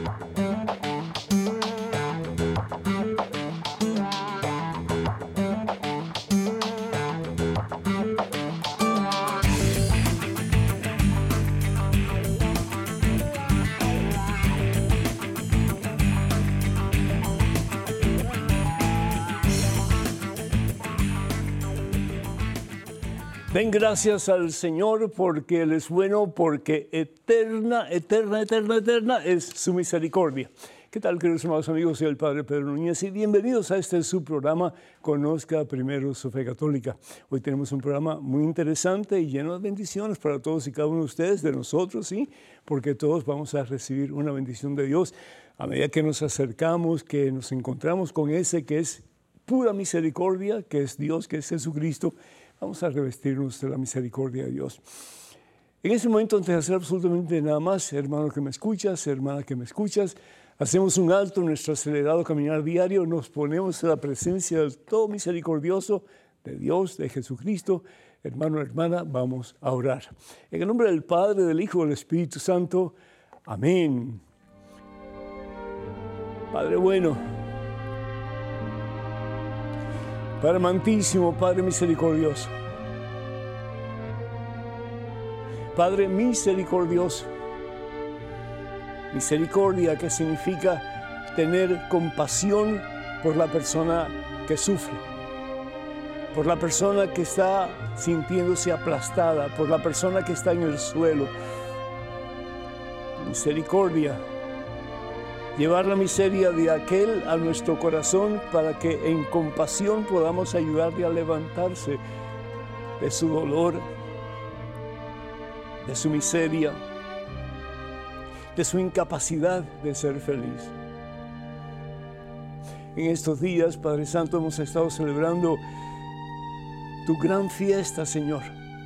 Den gracias al Señor porque Él es bueno, porque eterna es su misericordia. ¿Qué tal, queridos hermanos amigos? Soy el Padre Pedro Núñez y bienvenidos a este su programa Conozca Primero su Fe Católica. Hoy tenemos un programa muy interesante y lleno de bendiciones para todos y cada uno de ustedes, de nosotros, ¿sí? Porque todos vamos a recibir una bendición de Dios a medida que nos acercamos, que nos encontramos con ese que es pura misericordia, que es Dios, que es Jesucristo. Vamos a revestirnos de la misericordia de Dios. En este momento, antes de hacer absolutamente nada más, hermano que me escuchas, hermana que me escuchas, hacemos un alto en nuestro acelerado caminar diario, nos ponemos en la presencia del todo misericordioso de Dios, de Jesucristo. Hermano, hermana, vamos a orar. En el nombre del Padre, del Hijo y del Espíritu Santo. Amén. Padre bueno, Padre amantísimo, Padre misericordioso, Padre misericordioso, misericordia que significa tener compasión por la persona que sufre, por la persona que está sintiéndose aplastada, por la persona que está en el suelo. Misericordia. Llevar la miseria de aquel a nuestro corazón para que en compasión podamos ayudarle a levantarse de su dolor, de su miseria, de su incapacidad de ser feliz. En estos días, Padre Santo, hemos estado celebrando tu gran fiesta, Señor.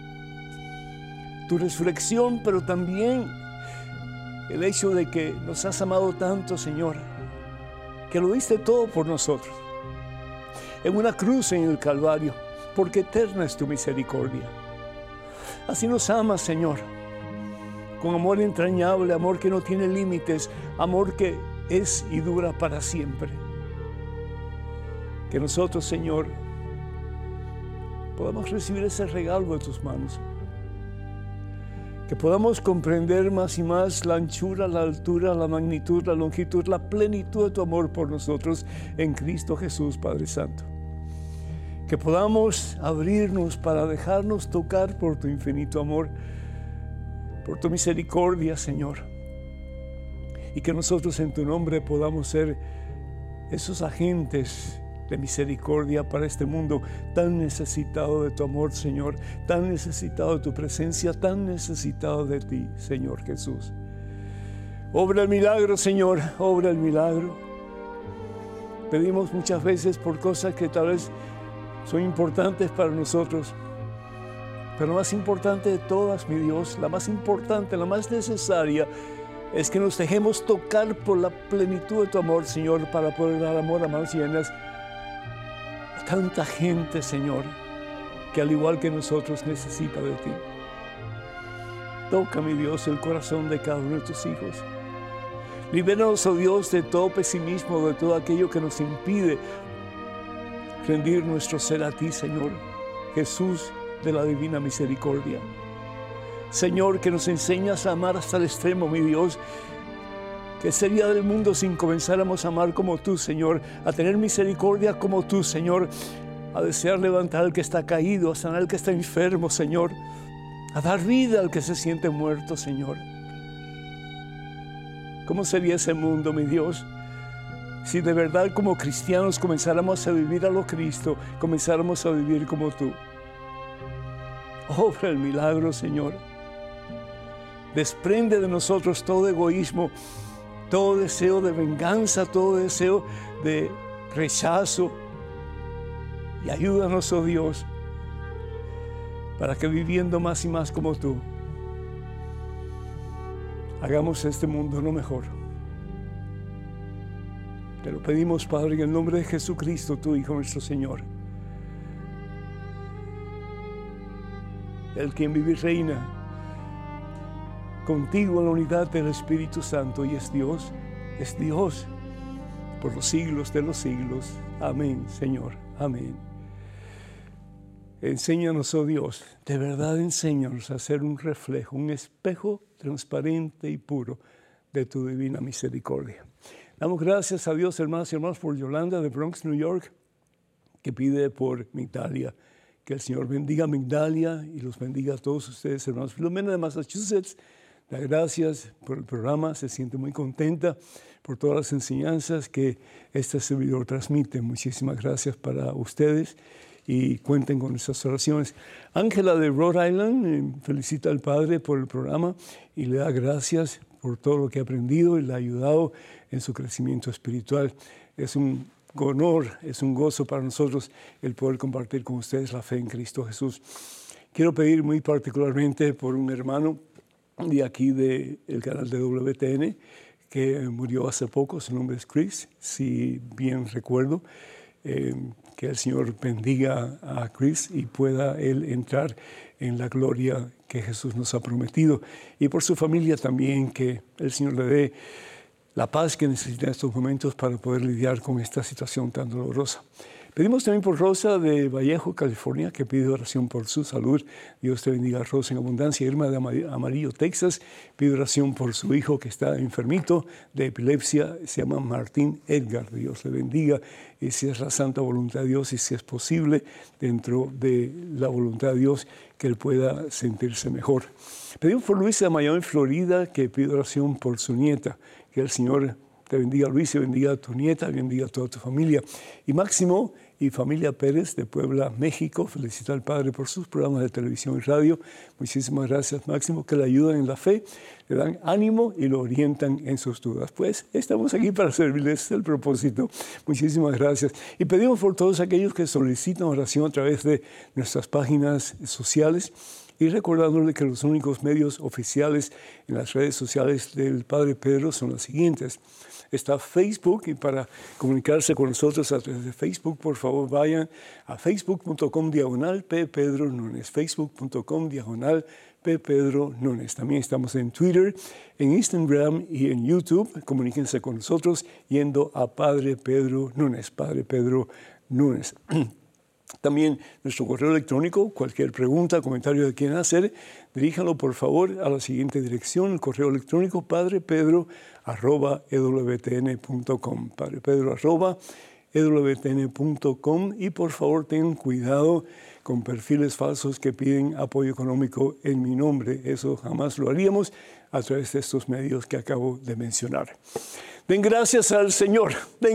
Tu resurrección, pero también el hecho de que nos has amado tanto, Señor, que lo diste todo por nosotros, en una cruz en el Calvario, porque eterna es tu misericordia. Así nos amas, Señor, con amor entrañable, amor que no tiene límites, amor que es y dura para siempre. Que nosotros, Señor, podamos recibir ese regalo de tus manos. Que podamos comprender más y más la anchura, la altura, la magnitud, la longitud, la plenitud de tu amor por nosotros en Cristo Jesús, Padre Santo. Que podamos abrirnos para dejarnos tocar por tu infinito amor, por tu misericordia, Señor. Y que nosotros en tu nombre podamos ser esos agentes de misericordia para este mundo tan necesitado de tu amor, Señor, tan necesitado de tu presencia, tan necesitado de ti, Señor Jesús. Obra el milagro, Señor, obra el milagro. Pedimos muchas veces por cosas que tal vez son importantes para nosotros, pero la más importante de todas, mi Dios, la más importante, la más necesaria, es que nos dejemos tocar por la plenitud de tu amor, Señor, para poder dar amor a manos llenas. Tanta gente, Señor, que al igual que nosotros necesita de ti. Toca, mi Dios, el corazón de cada uno de tus hijos. Libéranos, oh Dios, de todo pesimismo, de todo aquello que nos impide rendir nuestro ser a ti, Señor, Jesús de la divina misericordia. Señor, que nos enseñas a amar hasta el extremo, mi Dios. ¿Qué sería del mundo si comenzáramos a amar como tú, Señor? A tener misericordia como tú, Señor. A desear levantar al que está caído, a sanar al que está enfermo, Señor. A dar vida al que se siente muerto, Señor. ¿Cómo sería ese mundo, mi Dios? Si de verdad como cristianos comenzáramos a vivir a lo Cristo, comenzáramos a vivir como tú. Obra el milagro, Señor. Desprende de nosotros todo egoísmo, todo deseo de venganza, todo deseo de rechazo. Y ayúdanos, oh Dios, para que viviendo más y más como tú, hagamos este mundo lo mejor. Te lo pedimos, Padre, en el nombre de Jesucristo, tu Hijo, nuestro Señor. El quien vive y reina contigo en la unidad del Espíritu Santo y es Dios es Dios por los siglos de los siglos. Amén, Señor. Amén. Enséñanos, oh Dios, de verdad enséñanos a ser un reflejo, un espejo transparente y puro de tu divina misericordia. Damos gracias a Dios, hermanos y hermanos, por Yolanda de Bronx, New York, que pide por Migdalia. Que el Señor bendiga a Migdalia y los bendiga a todos ustedes, hermanos. Filomena de Massachusetts, da gracias por el programa, se siente muy contenta por todas las enseñanzas que este servidor transmite. Muchísimas gracias para ustedes y cuenten con nuestras oraciones. Ángela de Rhode Island felicita al Padre por el programa y le da gracias por todo lo que ha aprendido y le ha ayudado en su crecimiento espiritual. Es un honor, es un gozo para nosotros el poder compartir con ustedes la fe en Cristo Jesús. Quiero pedir muy particularmente por un hermano de aquí del canal de WTN que murió hace poco. Su nombre es Chris, si bien recuerdo. Que el Señor bendiga a Chris y pueda él entrar en la gloria que Jesús nos ha prometido. Y por su familia también, que el Señor le dé la paz que necesita en estos momentos para poder lidiar con esta situación tan dolorosa. Pedimos también por Rosa de Vallejo, California, que pide oración por su salud. Dios te bendiga, Rosa, en abundancia. Irma de Amarillo, Texas, pide oración por su hijo que está enfermito de epilepsia. Se llama Martín Edgar. Dios le bendiga. Y si es la santa voluntad de Dios y si es posible, dentro de la voluntad de Dios, que él pueda sentirse mejor. Pedimos por Luisa de Miami, Florida, que pide oración por su nieta. Que el Señor te bendiga, Luis, y bendiga a tu nieta, bendiga a toda tu familia. Y Máximo y familia Pérez de Puebla, México, felicita al Padre por sus programas de televisión y radio. Muchísimas gracias, Máximo, que le ayudan en la fe, le dan ánimo y lo orientan en sus dudas. Pues estamos aquí para servirles, es el propósito. Muchísimas gracias. Y pedimos por todos aquellos que solicitan oración a través de nuestras páginas sociales. Y recordándole que los únicos medios oficiales en las redes sociales del Padre Pedro son los siguientes. Está Facebook, y para comunicarse con nosotros a través de Facebook, por favor vayan a facebook.com/P. Pedro Núñez, facebook.com/P. Pedro Núñez. También estamos en Twitter, en Instagram y en YouTube. Comuníquense con nosotros yendo a Padre Pedro Núñez, Padre Pedro Núñez. También nuestro correo electrónico, cualquier pregunta, comentario que quieran hacer, diríjanlo por favor a la siguiente dirección, el correo electrónico padrepedro@ewtn.com, padrepedro@ewtn.com, y por favor tengan cuidado con perfiles falsos que piden apoyo económico en mi nombre. Eso jamás lo haríamos a través de estos medios que acabo de mencionar. Den gracias al Señor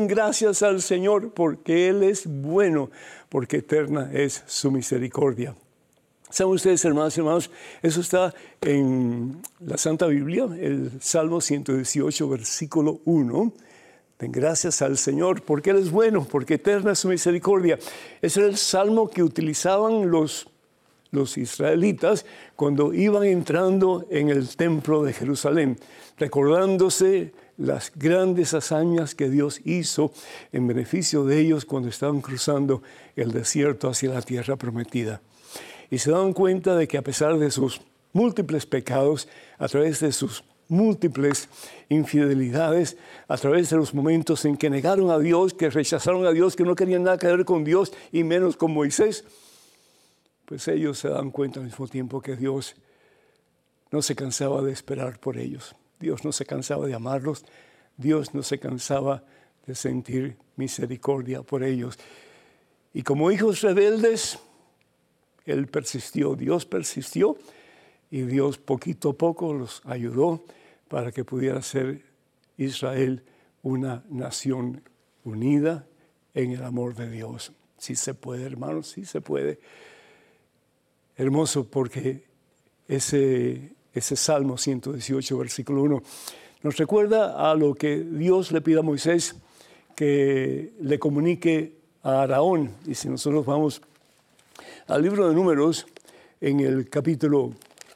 porque Él es bueno, porque eterna es su misericordia. ¿Saben ustedes, hermanos y hermanos? Eso está en la Santa Biblia, el Salmo 118, versículo 1. Den gracias al Señor porque Él es bueno, porque eterna es su misericordia. Ese era el salmo que utilizaban los israelitas cuando iban entrando en el templo de Jerusalén, recordándose las grandes hazañas que Dios hizo en beneficio de ellos cuando estaban cruzando el desierto hacia la tierra prometida. Y se daban cuenta de que a pesar de sus múltiples pecados, a través de sus múltiples infidelidades, a través de los momentos en que negaron a Dios, que rechazaron a Dios, que no querían nada que ver con Dios y menos con Moisés, pues ellos se dan cuenta al mismo tiempo que Dios no se cansaba de esperar por ellos. Dios no se cansaba de amarlos. Dios no se cansaba de sentir misericordia por ellos. Y como hijos rebeldes, Él persistió, Dios persistió, y Dios poquito a poco los ayudó para que pudiera ser Israel una nación unida en el amor de Dios. Sí se puede, hermanos, sí se puede. Hermoso, porque ese Salmo 118, versículo 1, nos recuerda a lo que Dios le pide a Moisés que le comunique a Aarón. Y si nosotros vamos al libro de Números, en el capítulo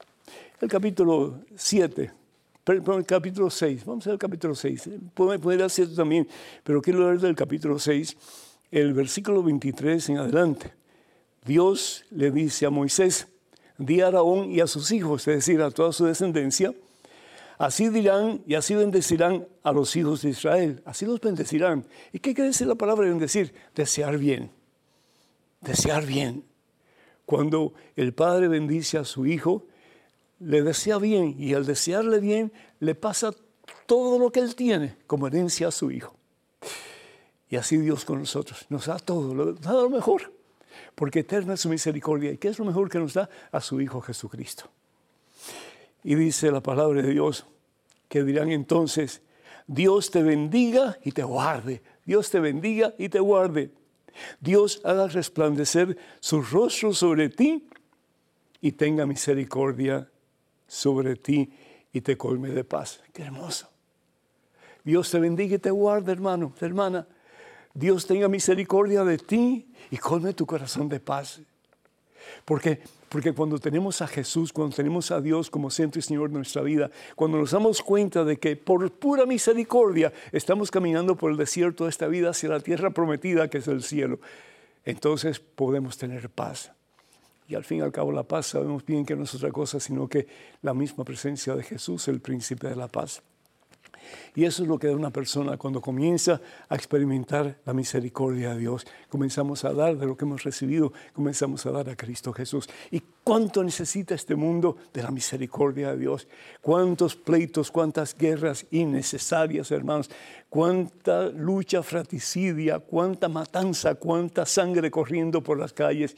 7, perdón, el capítulo 6, vamos al capítulo 6, puede ser 7 también, pero quiero leer del capítulo 6, el versículo 23 en adelante. Dios le dice a Moisés: di a Aarón y a sus hijos, es decir, a toda su descendencia: Así dirán y así bendecirán a los hijos de Israel. Así los bendecirán. ¿Y qué quiere decir la palabra bendecir? Desear bien. Desear bien. Cuando el padre bendice a su hijo, le desea bien. Y al desearle bien, le pasa todo lo que él tiene como herencia a su hijo. Y así Dios con nosotros. Nos da todo, nos da lo mejor. Porque eterna es su misericordia. ¿Y qué es lo mejor que nos da? A su Hijo Jesucristo. Y dice la palabra de Dios, que dirán entonces, Dios te bendiga y te guarde. Dios te bendiga y te guarde. Dios haga resplandecer su rostro sobre ti y tenga misericordia sobre ti y te colme de paz. Qué hermoso. Dios te bendiga y te guarde, hermano, hermana. Dios tenga misericordia de ti y colme tu corazón de paz. Porque cuando tenemos a Jesús, cuando tenemos a Dios como centro y Señor de nuestra vida, cuando nos damos cuenta de que por pura misericordia estamos caminando por el desierto de esta vida hacia la tierra prometida que es el cielo, entonces podemos tener paz. Y al fin y al cabo la paz sabemos bien que no es otra cosa, sino que la misma presencia de Jesús, el príncipe de la paz. Y eso es lo que da una persona cuando comienza a experimentar la misericordia de Dios. Comenzamos a dar de lo que hemos recibido, comenzamos a dar a Cristo Jesús. ¿Y cuánto necesita este mundo de la misericordia de Dios? ¿Cuántos pleitos, cuántas guerras innecesarias, hermanos? ¿Cuánta lucha fratricidia, cuánta matanza, cuánta sangre corriendo por las calles?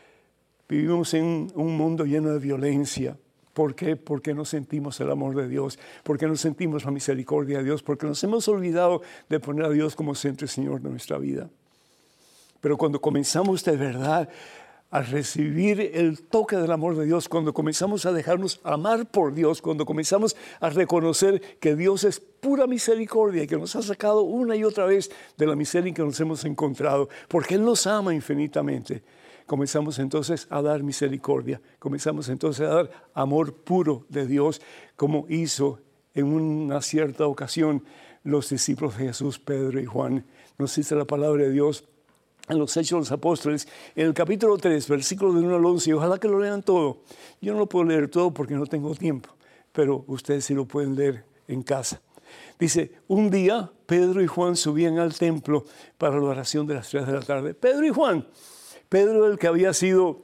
Vivimos en un mundo lleno de violencia. ¿Por qué? Porque no sentimos el amor de Dios, porque no sentimos la misericordia de Dios, porque nos hemos olvidado de poner a Dios como centro y Señor de nuestra vida. Pero cuando comenzamos de verdad a recibir el toque del amor de Dios, cuando comenzamos a dejarnos amar por Dios, cuando comenzamos a reconocer que Dios es pura misericordia y que nos ha sacado una y otra vez de la miseria en que nos hemos encontrado, porque Él nos ama infinitamente, comenzamos entonces a dar misericordia, comenzamos entonces a dar amor puro de Dios, como hizo en una cierta ocasión los discípulos de Jesús, Pedro y Juan. Nos dice la palabra de Dios en los Hechos de los Apóstoles, en el capítulo 3, versículos del 1 al 11, y ojalá que lo lean todo. Yo no lo puedo leer todo porque no tengo tiempo, pero ustedes sí lo pueden leer en casa. Dice, un día Pedro y Juan subían al templo para la oración de las 3 de la tarde. Pedro y Juan. Pedro, el que había sido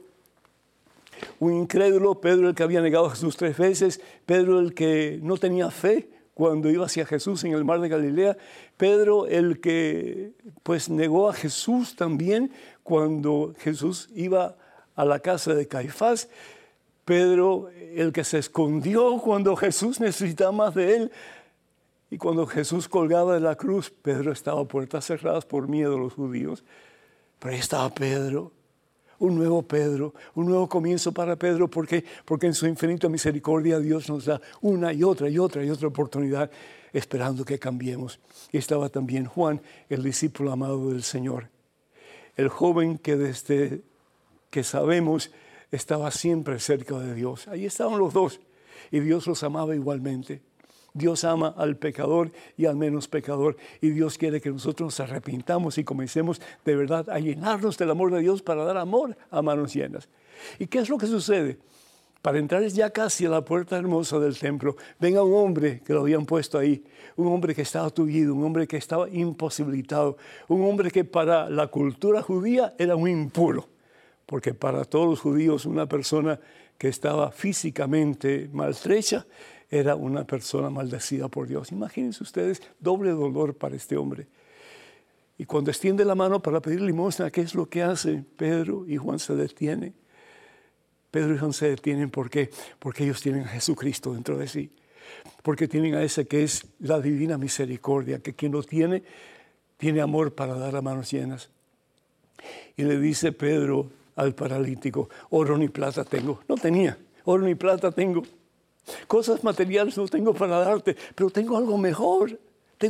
un incrédulo, Pedro, el que había negado a Jesús 3 veces, Pedro, el que no tenía fe cuando iba hacia Jesús en el mar de Galilea, Pedro, el que pues negó a Jesús también cuando Jesús iba a la casa de Caifás, Pedro, el que se escondió cuando Jesús necesitaba más de él, y cuando Jesús colgaba de la cruz, Pedro estaba a puertas cerradas por miedo a los judíos. Pero ahí estaba Pedro, un nuevo comienzo para Pedro. ¿Por qué? Porque en su infinita misericordia Dios nos da una y otra oportunidad esperando que cambiemos. Y estaba también Juan, el discípulo amado del Señor. El joven que desde que sabemos estaba siempre cerca de Dios. Ahí estaban los dos y Dios los amaba igualmente. Dios ama al pecador y al menos pecador, y Dios quiere que nosotros nos arrepintamos y comencemos de verdad a llenarnos del amor de Dios para dar amor a manos llenas. ¿Y qué es lo que sucede? Para entrar ya casi a la puerta hermosa del templo, venga un hombre que lo habían puesto ahí, un hombre que estaba tullido, un hombre que estaba imposibilitado, un hombre que para la cultura judía era muy impuro, porque para todos los judíos una persona que estaba físicamente maltrecha era una persona maldecida por Dios. Imagínense ustedes, doble dolor para este hombre. Y cuando extiende la mano para pedir limosna, ¿qué es lo que hace? Pedro y Juan se detienen. Pedro y Juan se detienen, ¿por qué? Porque ellos tienen a Jesucristo dentro de sí. Porque tienen a ese que es la divina misericordia, que quien lo tiene, tiene amor para dar a manos llenas. Y le dice Pedro al paralítico, oro ni plata tengo. No tenía, oro ni plata tengo. Cosas materiales no tengo para darte, pero tengo algo mejor,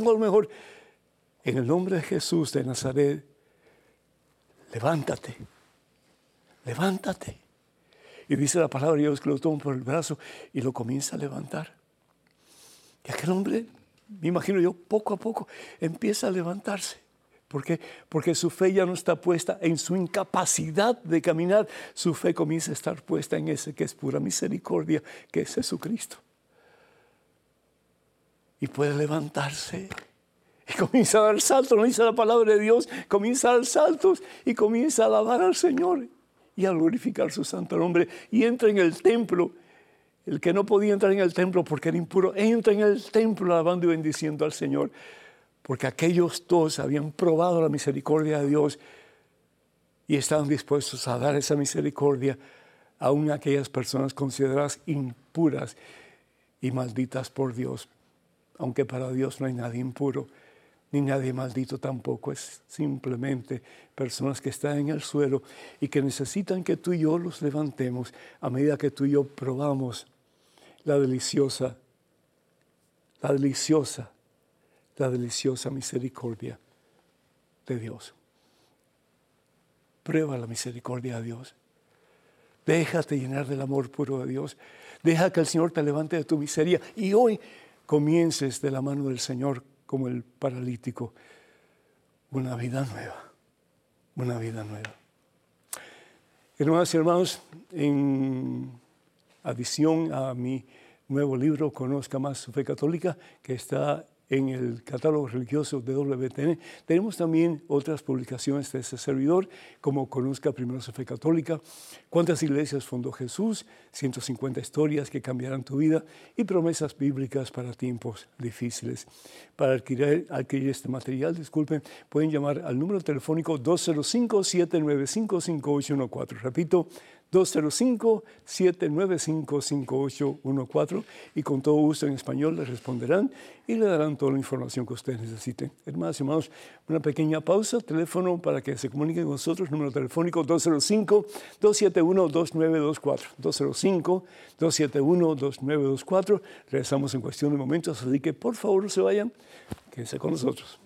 En el nombre de Jesús de Nazaret, levántate. Y dice la palabra de Dios que lo toma por el brazo y lo comienza a levantar. Y aquel hombre, me imagino yo, poco a poco empieza a levantarse. ¿Por qué? Porque su fe ya no está puesta en su incapacidad de caminar. Su fe comienza a estar puesta en ese que es pura misericordia, que es Jesucristo. y puede levantarse. Y comienza a dar saltos, no dice la palabra de Dios, comienza a dar saltos y comienza a alabar al Señor y a glorificar su santo nombre. Y entra en el templo. El que no podía entrar en el templo porque era impuro, entra en el templo alabando y bendiciendo al Señor. Porque aquellos dos habían probado la misericordia de Dios y estaban dispuestos a dar esa misericordia aún a aquellas personas consideradas impuras y malditas por Dios. Aunque para Dios no hay nadie impuro, ni nadie maldito tampoco. Es simplemente personas que están en el suelo y que necesitan que tú y yo los levantemos a medida que tú y yo probamos la deliciosa misericordia de Dios. Prueba la misericordia de Dios. Déjate llenar del amor puro de Dios. Deja que el Señor te levante de tu miseria y hoy comiences de la mano del Señor como el paralítico. Una vida nueva. Una vida nueva. Hermanas y hermanos, en adición a mi nuevo libro, Conozca Más Su Fe Católica, que está en el catálogo religioso de WTN, tenemos también otras publicaciones de este servidor, como Conozca Primero Su Fe Católica, Cuántas iglesias fundó Jesús, 150 historias que cambiarán tu vida y promesas bíblicas para tiempos difíciles. Para adquirir este material, pueden llamar al número telefónico 205-795-5814. Repito, 205-795-5814 y con todo gusto en español les responderán y le darán toda la información que ustedes necesiten. Hermanas y hermanos, una pequeña pausa, teléfono para que se comuniquen con nosotros, número telefónico 205-271-2924, 205-271-2924. Regresamos en cuestión de momentos, así que por favor no se vayan, quédense con nosotros.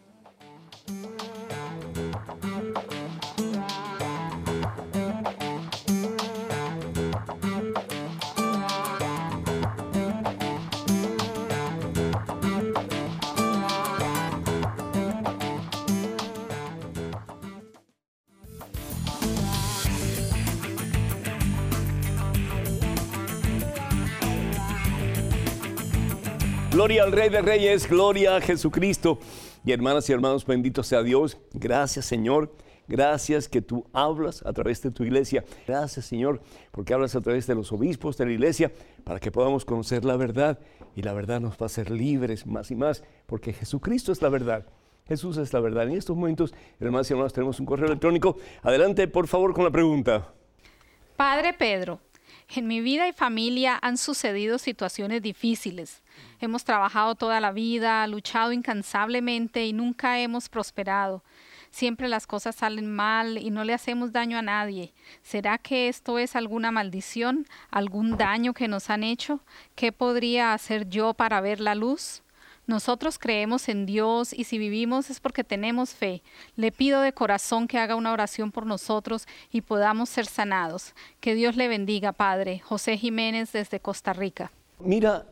Gloria al Rey de Reyes, gloria a Jesucristo. Y hermanas y hermanos, bendito sea Dios. Gracias, Señor. Gracias que tú hablas a través de tu iglesia. Gracias, Señor, porque hablas a través de los obispos de la iglesia para que podamos conocer la verdad. Y la verdad nos va a hacer libres más y más, porque Jesucristo es la verdad. Jesús es la verdad. En estos momentos, hermanas y hermanos, tenemos un correo electrónico. Adelante, por favor, con la pregunta. Padre Pedro, en mi vida y familia han sucedido situaciones difíciles. Hemos trabajado toda la vida, luchado incansablemente y nunca hemos prosperado. Siempre las cosas salen mal y no le hacemos daño a nadie. ¿Será que esto es alguna maldición, algún daño que nos han hecho? ¿Qué podría hacer yo para ver la luz? Nosotros creemos en Dios y si vivimos es porque tenemos fe. Le pido de corazón que haga una oración por nosotros y podamos ser sanados. Que Dios le bendiga, Padre. José Jiménez desde Costa Rica. Mira,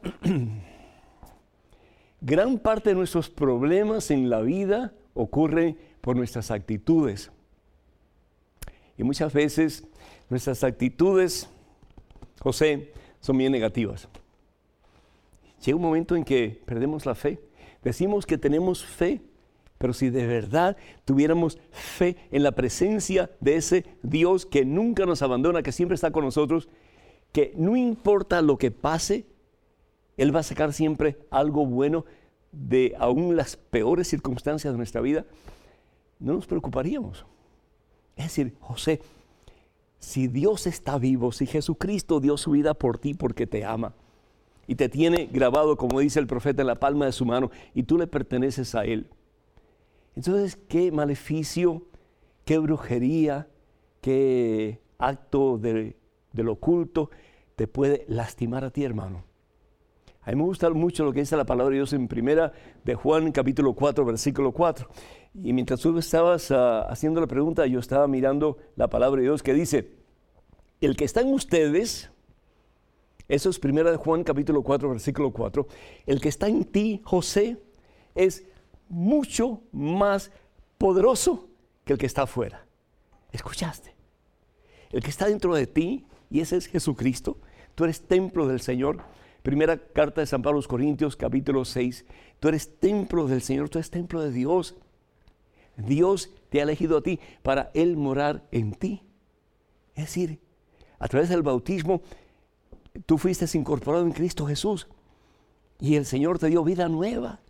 gran parte de nuestros problemas en la vida ocurren por nuestras actitudes. Y muchas veces nuestras actitudes, José, son bien negativas. Llega un momento en que perdemos la fe. Decimos que tenemos fe, pero si de verdad tuviéramos fe en la presencia de ese Dios que nunca nos abandona, que siempre está con nosotros, que no importa lo que pase, Él va a sacar siempre algo bueno de aún las peores circunstancias de nuestra vida, no nos preocuparíamos. Es decir, José, si Dios está vivo, si Jesucristo dio su vida por ti porque te ama y te tiene grabado, como dice el profeta, en la palma de su mano y tú le perteneces a Él, entonces qué maleficio, qué brujería, qué acto del oculto te puede lastimar a ti, hermano. A mí me gusta mucho lo que dice la palabra de Dios en primera de Juan, capítulo 4, versículo 4. Y mientras tú estabas haciendo la pregunta, yo estaba mirando la palabra de Dios que dice, el que está en ustedes, eso es primera de Juan, capítulo 4, versículo 4, el que está en ti, José, es mucho más poderoso que el que está afuera. ¿Escuchaste? El que está dentro de ti, y ese es Jesucristo, tú eres templo del Señor, Primera carta de San Pablo a los Corintios, capítulo 6. Tú eres templo del Señor, tú eres templo de Dios. Dios te ha elegido a ti para Él morar en ti. Es decir, a través del bautismo, tú fuiste incorporado en Cristo Jesús y el Señor te dio vida nueva.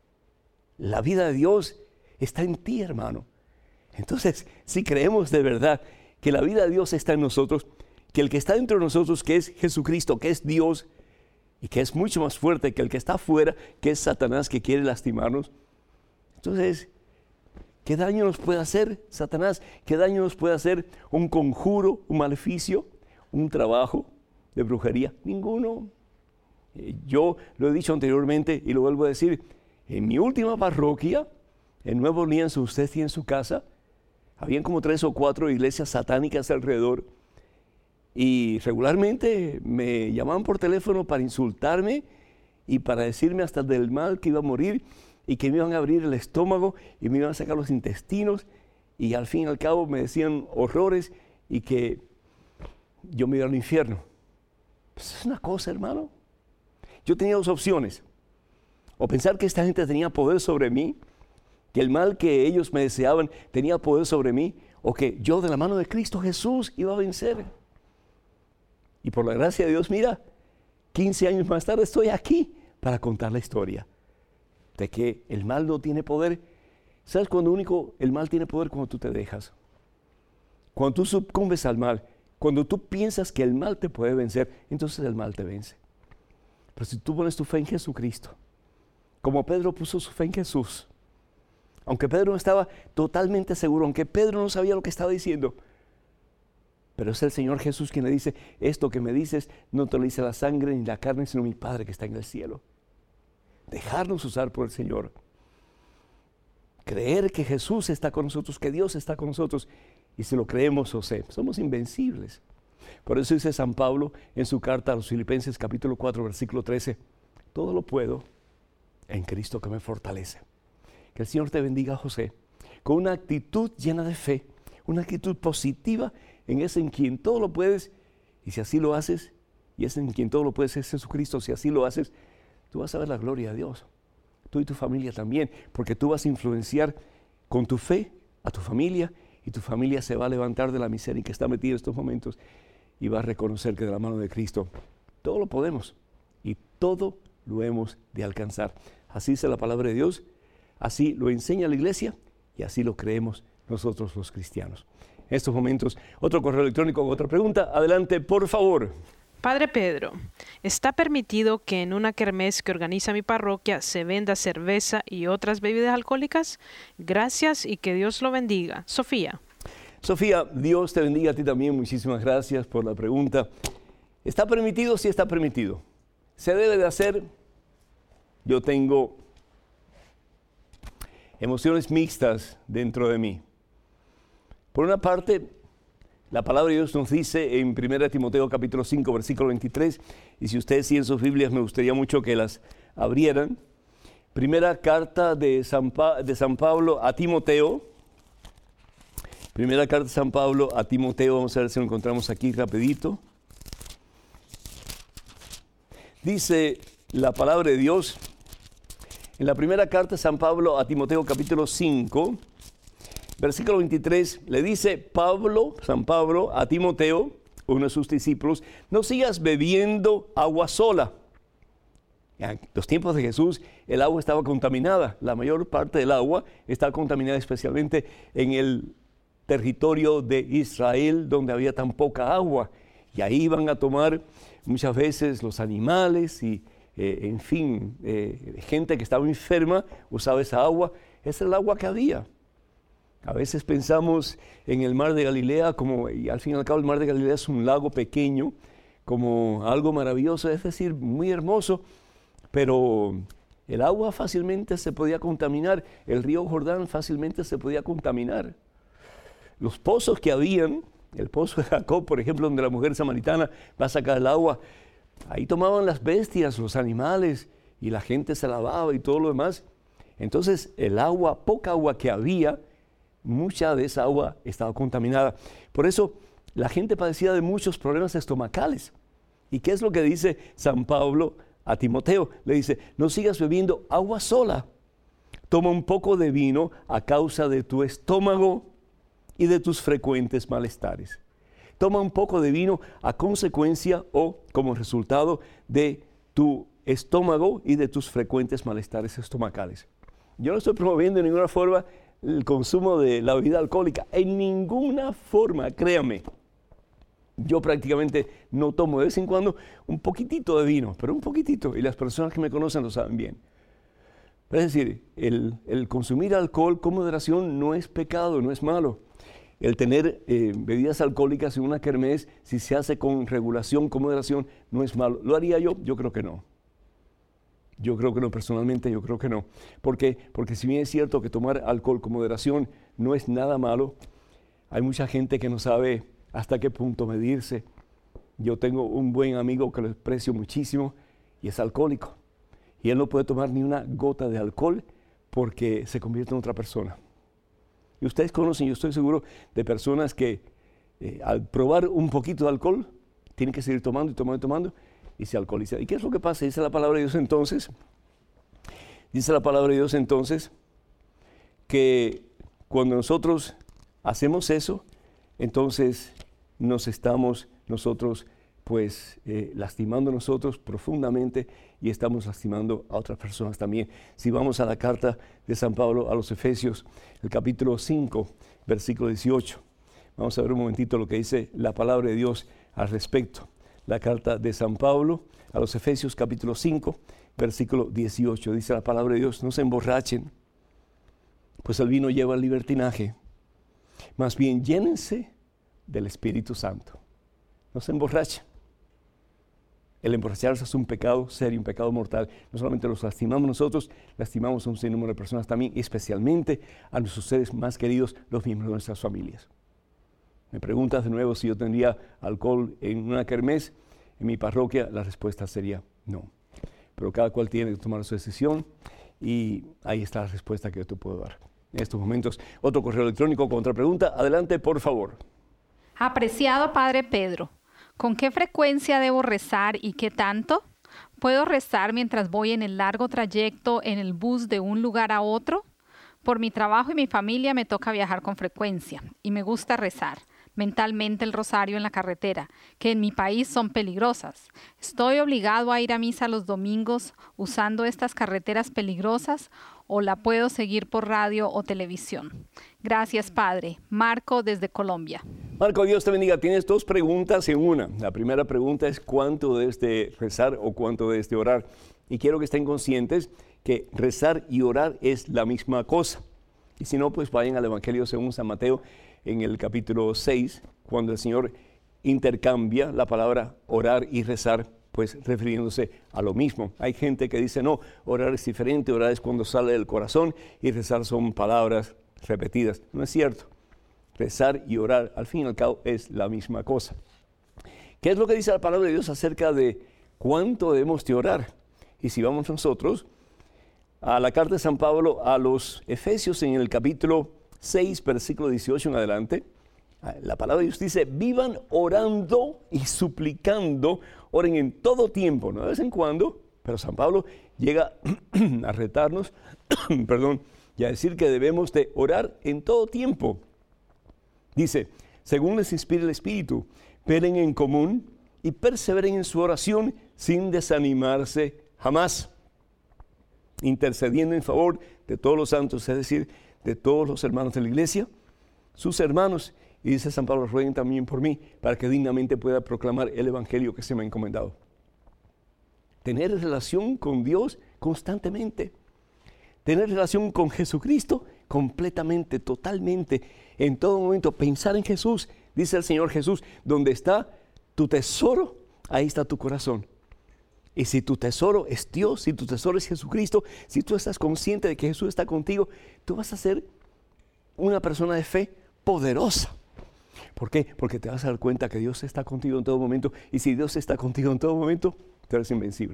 La vida de Dios está en ti, hermano. Entonces, si creemos de verdad que la vida de Dios está en nosotros, que el que está dentro de nosotros, que es Jesucristo, que es Dios, y que es mucho más fuerte que el que está afuera, que es Satanás, que quiere lastimarnos. Entonces, ¿qué daño nos puede hacer Satanás? ¿Qué daño nos puede hacer un conjuro, un maleficio, un trabajo de brujería? Ninguno. Yo lo he dicho anteriormente y lo vuelvo a decir. En mi última parroquia, en Nueva Orleans, usted tiene en su casa, habían como 3 o 4 iglesias satánicas alrededor. Y regularmente me llamaban por teléfono para insultarme y para decirme hasta del mal que iba a morir y que me iban a abrir el estómago y me iban a sacar los intestinos y al fin y al cabo me decían horrores y que yo me iba al infierno. Pues es una cosa, hermano. Yo tenía 2 opciones. O pensar que esta gente tenía poder sobre mí, que el mal que ellos me deseaban tenía poder sobre mí, o que yo de la mano de Cristo Jesús iba a vencer. Y por la gracia de Dios, mira, 15 años más tarde estoy aquí para contar la historia de que el mal no tiene poder. ¿Sabes cuándo único el mal tiene poder? Cuando tú te dejas. Cuando tú sucumbes al mal, cuando tú piensas que el mal te puede vencer, entonces el mal te vence. Pero si tú pones tu fe en Jesucristo, como Pedro puso su fe en Jesús, aunque Pedro no estaba totalmente seguro, aunque Pedro no sabía lo que estaba diciendo, pero es el Señor Jesús quien le dice, esto que me dices no te lo dice la sangre ni la carne, sino mi Padre que está en el cielo. Dejarnos usar por el Señor. Creer que Jesús está con nosotros, que Dios está con nosotros. Y si lo creemos, José, somos invencibles. Por eso dice San Pablo en su carta a los Filipenses capítulo 4, versículo 13, todo lo puedo en Cristo que me fortalece. Que el Señor te bendiga, José, con una actitud llena de fe, una actitud positiva en ese en quien todo lo puedes, y si así lo haces, y ese en quien todo lo puedes es Jesucristo, si así lo haces, tú vas a ver la gloria de Dios, tú y tu familia también, porque tú vas a influenciar con tu fe a tu familia, y tu familia se va a levantar de la miseria en que está metida en estos momentos, y va a reconocer que de la mano de Cristo todo lo podemos, y todo lo hemos de alcanzar. Así dice la palabra de Dios, así lo enseña la iglesia, y así lo creemos nosotros los cristianos. En estos momentos, otro correo electrónico con otra pregunta. Adelante, por favor. Padre Pedro, ¿está permitido que en una kermés que organiza mi parroquia se venda cerveza y otras bebidas alcohólicas? Gracias y que Dios lo bendiga. Sofía. Sofía, Dios te bendiga a ti también. Muchísimas gracias por la pregunta. ¿Está permitido? Sí está permitido. ¿Se debe de hacer? Yo tengo emociones mixtas dentro de mí. Por una parte, la palabra de Dios nos dice en 1 Timoteo capítulo 5, versículo 23, y si ustedes siguen sus Biblias, me gustaría mucho que las abrieran. Primera carta de San Pablo a Timoteo. Primera carta de San Pablo a Timoteo, vamos a ver si lo encontramos aquí rapidito. Dice la palabra de Dios, en la primera carta de San Pablo a Timoteo capítulo 5, versículo 23, le dice San Pablo a Timoteo, uno de sus discípulos, no sigas bebiendo agua sola. En los tiempos de Jesús el agua estaba contaminada, la mayor parte del agua estaba contaminada especialmente en el territorio de Israel donde había tan poca agua y ahí iban a tomar muchas veces los animales y gente que estaba enferma usaba esa agua, esa es el agua que había. A veces pensamos en el mar de Galilea y al fin y al cabo el mar de Galilea es un lago pequeño, como algo maravilloso, es decir, muy hermoso, pero el agua fácilmente se podía contaminar, el río Jordán fácilmente se podía contaminar. Los pozos que habían, el pozo de Jacob, por ejemplo, donde la mujer samaritana va a sacar el agua, ahí tomaban las bestias, los animales, y la gente se lavaba y todo lo demás. Entonces el agua, poca agua que había, mucha de esa agua estaba contaminada. Por eso la gente padecía de muchos problemas estomacales. ¿Y qué es lo que dice San Pablo a Timoteo. Le dice, no sigas bebiendo agua sola. Toma un poco de vino a causa de tu estómago y de tus frecuentes malestares. Toma un poco de vino a consecuencia o como resultado de tu estómago y de tus frecuentes malestares estomacales. Yo no estoy promoviendo de ninguna forma el consumo de la bebida alcohólica, en ninguna forma, créame. Yo prácticamente no tomo de vez en cuando un poquitito de vino, pero un poquitito, y las personas que me conocen lo saben bien. Es decir, el consumir alcohol con moderación no es pecado, no es malo. El tener bebidas alcohólicas en una kermés, si se hace con regulación, con moderación, no es malo. ¿Lo haría yo? Yo creo que no. Yo creo que no, personalmente yo creo que no. ¿Por qué? Porque si bien es cierto que tomar alcohol con moderación no es nada malo, hay mucha gente que no sabe hasta qué punto medirse. Yo tengo un buen amigo que lo aprecio muchísimo y es alcohólico. Y él no puede tomar ni una gota de alcohol porque se convierte en otra persona. Y ustedes conocen, yo estoy seguro, de personas que al probar un poquito de alcohol tienen que seguir tomando y tomando y tomando y se alcoholizan. ¿Y qué es lo que pasa? Dice la palabra de Dios entonces, que cuando nosotros hacemos eso, entonces nos estamos nosotros lastimando nosotros profundamente y estamos lastimando a otras personas también. Si vamos a la carta de San Pablo a los Efesios, el capítulo 5, versículo 18, vamos a ver un momentito lo que dice la palabra de Dios al respecto. La carta de San Pablo a los Efesios, capítulo 5, versículo 18, dice la palabra de Dios, no se emborrachen, pues el vino lleva al libertinaje, más bien llénense del Espíritu Santo. No se emborrachen. El emborracharse es un pecado serio, un pecado mortal. No solamente los lastimamos nosotros, lastimamos a un sinnúmero de personas también, especialmente a nuestros seres más queridos, los miembros de nuestras familias. Me preguntas de nuevo si yo tendría alcohol en una kermés en mi parroquia, la respuesta sería no. Pero cada cual tiene que tomar su decisión y ahí está la respuesta que yo te puedo dar. En estos momentos, otro correo electrónico con otra pregunta. Adelante, por favor. Apreciado Padre Pedro, ¿con qué frecuencia debo rezar y qué tanto? ¿Puedo rezar mientras voy en el largo trayecto en el bus de un lugar a otro? Por mi trabajo y mi familia me toca viajar con frecuencia y me gusta rezar mentalmente el rosario en la carretera, que en mi país son peligrosas. ¿Estoy obligado a ir a misa los domingos usando estas carreteras peligrosas o la puedo seguir por radio o televisión? Gracias, Padre. Marco, desde Colombia. Marco, Dios te bendiga. Tienes dos preguntas en una. La primera pregunta es ¿cuánto debes de rezar o cuánto debes de orar? Y quiero que estén conscientes que rezar y orar es la misma cosa. Y si no, pues vayan al Evangelio según San Mateo en el capítulo 6, cuando el Señor intercambia la palabra orar y rezar, pues refiriéndose a lo mismo. Hay gente que dice, no, orar es diferente, orar es cuando sale del corazón y rezar son palabras repetidas. No es cierto. Rezar y orar, al fin y al cabo, es la misma cosa. ¿Qué es lo que dice la palabra de Dios acerca de cuánto debemos de orar? Y si vamos nosotros a la carta de San Pablo a los Efesios en el capítulo 6, versículo 18 en adelante, la palabra de Dios dice, vivan orando y suplicando, oren en todo tiempo, no de vez en cuando, pero San Pablo llega a retarnos, y a decir que debemos de orar en todo tiempo. Dice, según les inspire el Espíritu, velen en común y perseveren en su oración sin desanimarse jamás, intercediendo en favor de todos los santos, es decir, de todos los hermanos de la iglesia, sus hermanos, y dice San Pablo, rueguen también por mí, para que dignamente pueda proclamar el evangelio que se me ha encomendado. Tener relación con Dios constantemente, tener relación con Jesucristo completamente, totalmente, en todo momento, pensar en Jesús, dice el Señor Jesús, donde está tu tesoro, ahí está tu corazón. Y si tu tesoro es Dios, si tu tesoro es Jesucristo, si tú estás consciente de que Jesús está contigo, tú vas a ser una persona de fe poderosa. ¿Por qué? Porque te vas a dar cuenta que Dios está contigo en todo momento. Y si Dios está contigo en todo momento, tú eres invencible.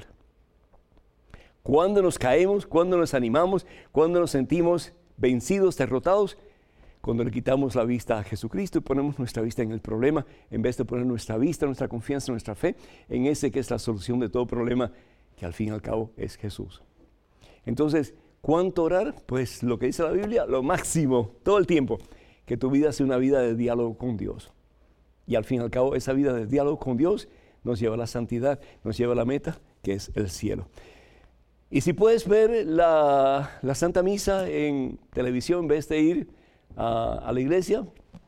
Cuando nos caemos, cuando nos animamos, cuando nos sentimos vencidos, derrotados, cuando le quitamos la vista a Jesucristo y ponemos nuestra vista en el problema, en vez de poner nuestra vista, nuestra confianza, nuestra fe en ese que es la solución de todo problema, que al fin y al cabo es Jesús. Entonces, ¿cuánto orar? Pues lo que dice la Biblia, lo máximo, todo el tiempo, que tu vida sea una vida de diálogo con Dios. Y al fin y al cabo, esa vida de diálogo con Dios nos lleva a la santidad, nos lleva a la meta, que es el cielo. Y si puedes ver la Santa Misa en televisión en vez de ir a la iglesia,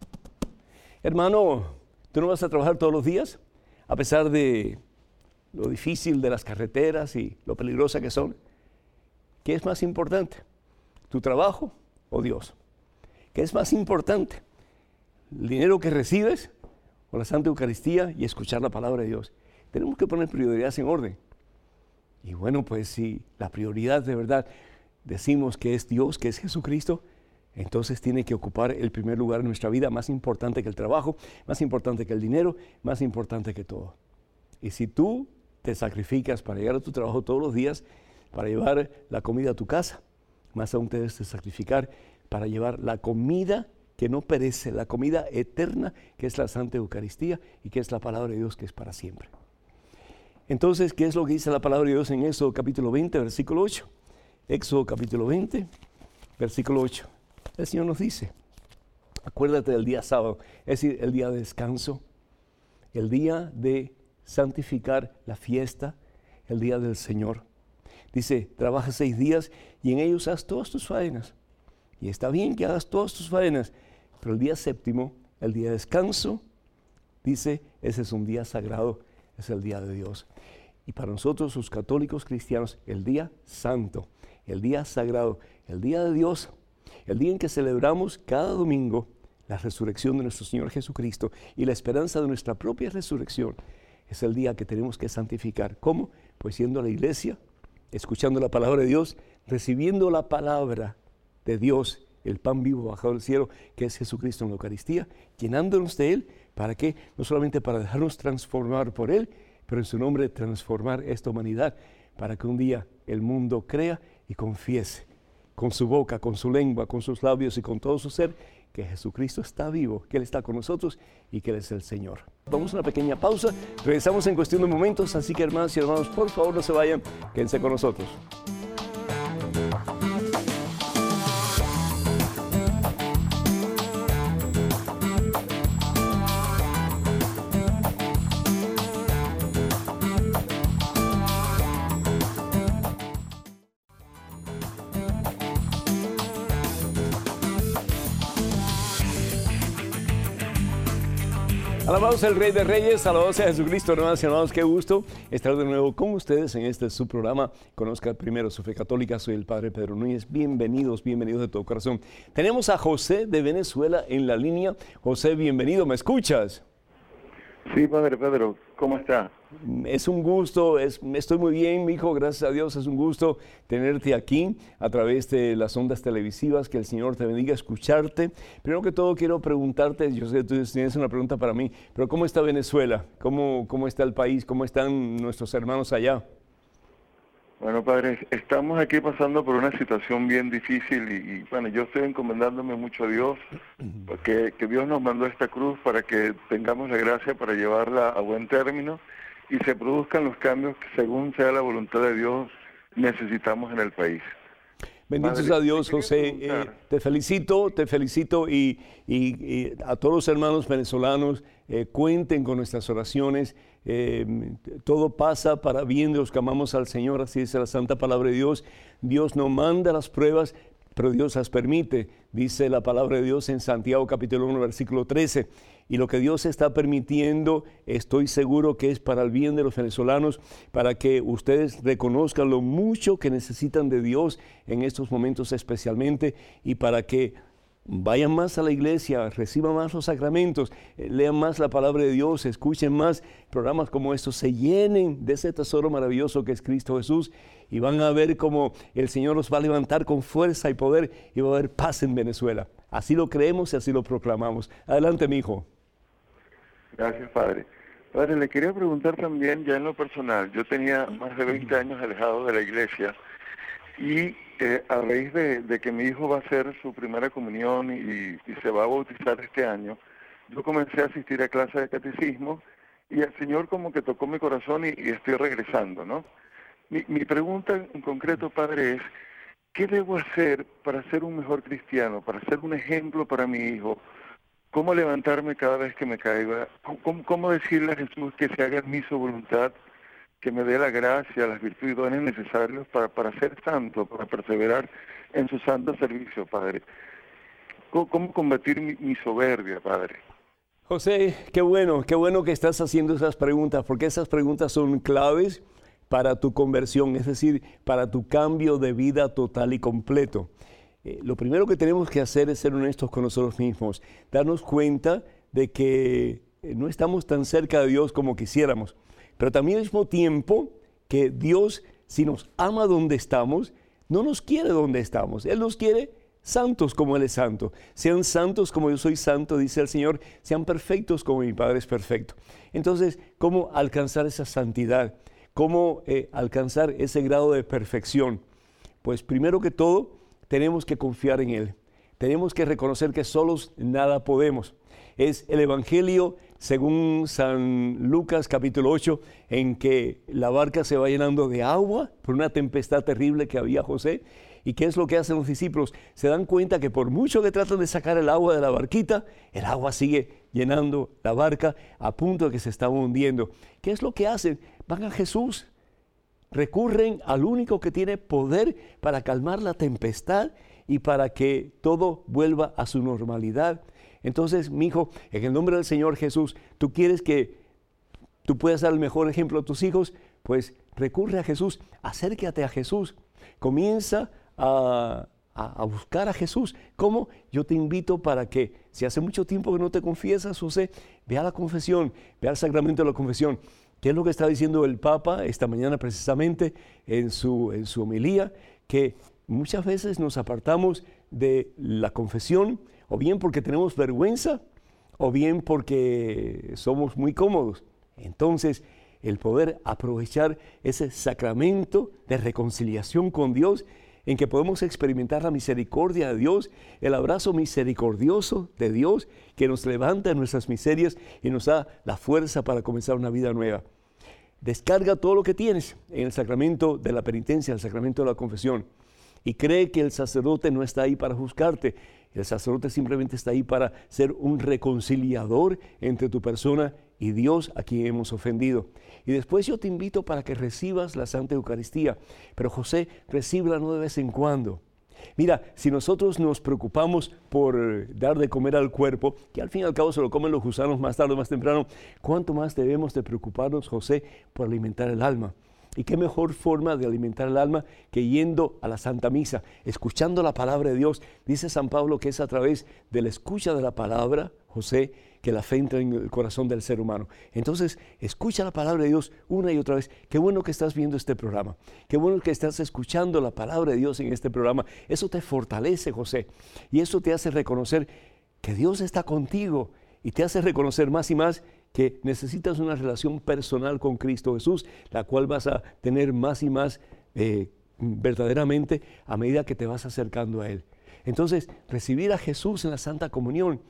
hermano, ¿tú no vas a trabajar todos los días? A pesar de lo difícil de las carreteras y lo peligrosas que son. ¿Qué es más importante? ¿Tu trabajo o Dios? ¿Qué es más importante? ¿El dinero que recibes o la Santa Eucaristía y escuchar la palabra de Dios? Tenemos que poner prioridades en orden. Y bueno, pues si la prioridad de verdad decimos que es Dios, que es Jesucristo, entonces tiene que ocupar el primer lugar en nuestra vida, más importante que el trabajo, más importante que el dinero, más importante que todo. Y si tú te sacrificas para llegar a tu trabajo todos los días, para llevar la comida a tu casa, más aún te debes de sacrificar para llevar la comida que no perece, la comida eterna, que es la Santa Eucaristía y que es la palabra de Dios, que es para siempre. Entonces, ¿qué es lo que dice la palabra de Dios en Éxodo capítulo 20, versículo 8? Éxodo capítulo 20, versículo 8. El Señor nos dice, acuérdate del día sábado, es decir, el día de descanso, el día de santificar la fiesta, el día del Señor. Dice, trabaja 6 días y en ellos haz todas tus faenas. Y está bien que hagas todas tus faenas, pero el día séptimo, el día de descanso, dice, ese es un día sagrado, es el día de Dios. Y para nosotros, los católicos cristianos, el día santo, el día sagrado, el día de Dios, el día en que celebramos cada domingo la resurrección de nuestro Señor Jesucristo y la esperanza de nuestra propia resurrección, es el día que tenemos que santificar. ¿Cómo? Pues yendo a la iglesia, escuchando la palabra de Dios, recibiendo la palabra de Dios, el pan vivo bajado del cielo, que es Jesucristo en la Eucaristía, llenándonos de Él. ¿Para qué? No solamente para dejarnos transformar por Él, pero en su nombre transformar esta humanidad, para que un día el mundo crea y confiese con su boca, con su lengua, con sus labios y con todo su ser, que Jesucristo está vivo, que Él está con nosotros y que Él es el Señor. Vamos a una pequeña pausa, regresamos en cuestión de momentos, así que hermanas y hermanos, por favor no se vayan, quédense con nosotros. Alabamos al Rey de Reyes, alabamos a Jesucristo, hermanos y hermanos, qué gusto estar de nuevo con ustedes en este su programa. Conozca primero su fe católica, soy el Padre Pedro Núñez, bienvenidos de todo corazón. Tenemos a José de Venezuela en la línea. José, bienvenido, ¿me escuchas? Sí, Padre Pedro, ¿cómo está? Es un gusto, estoy muy bien, mi hijo, gracias a Dios, es un gusto tenerte aquí a través de las ondas televisivas, que el Señor te bendiga, escucharte. Primero que todo quiero preguntarte, yo sé que tú tienes una pregunta para mí, pero ¿cómo está Venezuela? ¿Cómo está el país? ¿Cómo están nuestros hermanos allá? Bueno, Padre, estamos aquí pasando por una situación bien difícil y bueno, yo estoy encomendándome mucho a Dios, porque que Dios nos mandó esta cruz para que tengamos la gracia para llevarla a buen término y se produzcan los cambios que según sea la voluntad de Dios necesitamos en el país. Bendito sea Dios, José. Te felicito y a todos los hermanos venezolanos, cuenten con nuestras oraciones. Todo pasa para bien de los que amamos al Señor, así dice la santa palabra de Dios. Dios no manda las pruebas, pero Dios las permite, dice la palabra de Dios en Santiago capítulo 1, versículo 13. Y lo que Dios está permitiendo, estoy seguro que es para el bien de los venezolanos, para que ustedes reconozcan lo mucho que necesitan de Dios en estos momentos especialmente, y para que vayan más a la iglesia, reciban más los sacramentos, lean más la palabra de Dios, escuchen más programas como estos, se llenen de ese tesoro maravilloso que es Cristo Jesús, y van a ver cómo el Señor los va a levantar con fuerza y poder, y va a haber paz en Venezuela. Así lo creemos y así lo proclamamos. Adelante, mi hijo. Gracias, Padre. Padre, le quería preguntar también, ya en lo personal, yo tenía más de 20 años alejado de la iglesia, y a raíz de que mi hijo va a hacer su primera comunión y se va a bautizar este año, yo comencé a asistir a clases de catecismo y el Señor como que tocó mi corazón y estoy regresando, ¿no? Mi pregunta en concreto, Padre, es, ¿qué debo hacer para ser un mejor cristiano, para ser un ejemplo para mi hijo? ¿Cómo levantarme cada vez que me caiga? ¿Cómo decirle a Jesús que se haga en mí su voluntad, que me dé la gracia, las virtudes y dones necesarios para ser santo, para perseverar en su santo servicio, Padre? ¿Cómo combatir mi soberbia, Padre? José, qué bueno que estás haciendo esas preguntas, porque esas preguntas son claves para tu conversión, es decir, para tu cambio de vida total y completo. Lo primero que tenemos que hacer es ser honestos con nosotros mismos, darnos cuenta de que no estamos tan cerca de Dios como quisiéramos, pero también al mismo tiempo que Dios, si nos ama donde estamos, no nos quiere donde estamos, Él nos quiere santos como Él es santo. Sean santos como yo soy santo, dice el Señor, sean perfectos como mi Padre es perfecto. Entonces, ¿cómo alcanzar esa santidad? ¿Cómo alcanzar ese grado de perfección? Pues primero que todo, tenemos que confiar en Él. Tenemos que reconocer que solos nada podemos. Es el Evangelio según San Lucas capítulo 8, en que la barca se va llenando de agua por una tempestad terrible que había, José. ¿Y qué es lo que hacen los discípulos? Se dan cuenta que por mucho que tratan de sacar el agua de la barquita, el agua sigue llenando la barca a punto de que se está hundiendo. ¿Qué es lo que hacen? Van a Jesús, recurren al único que tiene poder para calmar la tempestad y para que todo vuelva a su normalidad. Entonces, mi hijo, en el nombre del Señor Jesús, tú quieres que tú puedas dar el mejor ejemplo a tus hijos, pues recurre a Jesús, acércate a Jesús, comienza a buscar a Jesús. ¿Cómo? Yo te invito para que, si hace mucho tiempo que no te confiesas, José, ve a la confesión, ve al sacramento de la confesión. ¿Qué es lo que está diciendo el Papa esta mañana precisamente en su homilía? Que muchas veces nos apartamos de la confesión, o bien porque tenemos vergüenza, o bien porque somos muy cómodos. Entonces, el poder aprovechar ese sacramento de reconciliación con Dios, en que podemos experimentar la misericordia de Dios, el abrazo misericordioso de Dios, que nos levanta en nuestras miserias y nos da la fuerza para comenzar una vida nueva. Descarga todo lo que tienes en el sacramento de la penitencia, el sacramento de la confesión, y cree que el sacerdote no está ahí para juzgarte. El sacerdote simplemente está ahí para ser un reconciliador entre tu persona y Dios a quien hemos ofendido. Y después yo te invito para que recibas la Santa Eucaristía. Pero José, recíbela no de vez en cuando. Mira, si nosotros nos preocupamos por dar de comer al cuerpo, que al fin y al cabo se lo comen los gusanos más tarde o más temprano, ¿cuánto más debemos de preocuparnos, José, por alimentar el alma? ¿Y qué mejor forma de alimentar el alma que yendo a la Santa Misa, escuchando la palabra de Dios? Dice San Pablo que es a través de la escucha de la palabra, José, que la fe entra en el corazón del ser humano. Entonces, escucha la palabra de Dios una y otra vez. Qué bueno que estás viendo este programa. Qué bueno que estás escuchando la palabra de Dios en este programa. Eso te fortalece, José. Y eso te hace reconocer que Dios está contigo y te hace reconocer más y más que necesitas una relación personal con Cristo Jesús, la cual vas a tener más y más verdaderamente a medida que te vas acercando a Él. Entonces, recibir a Jesús en la Santa Comunión.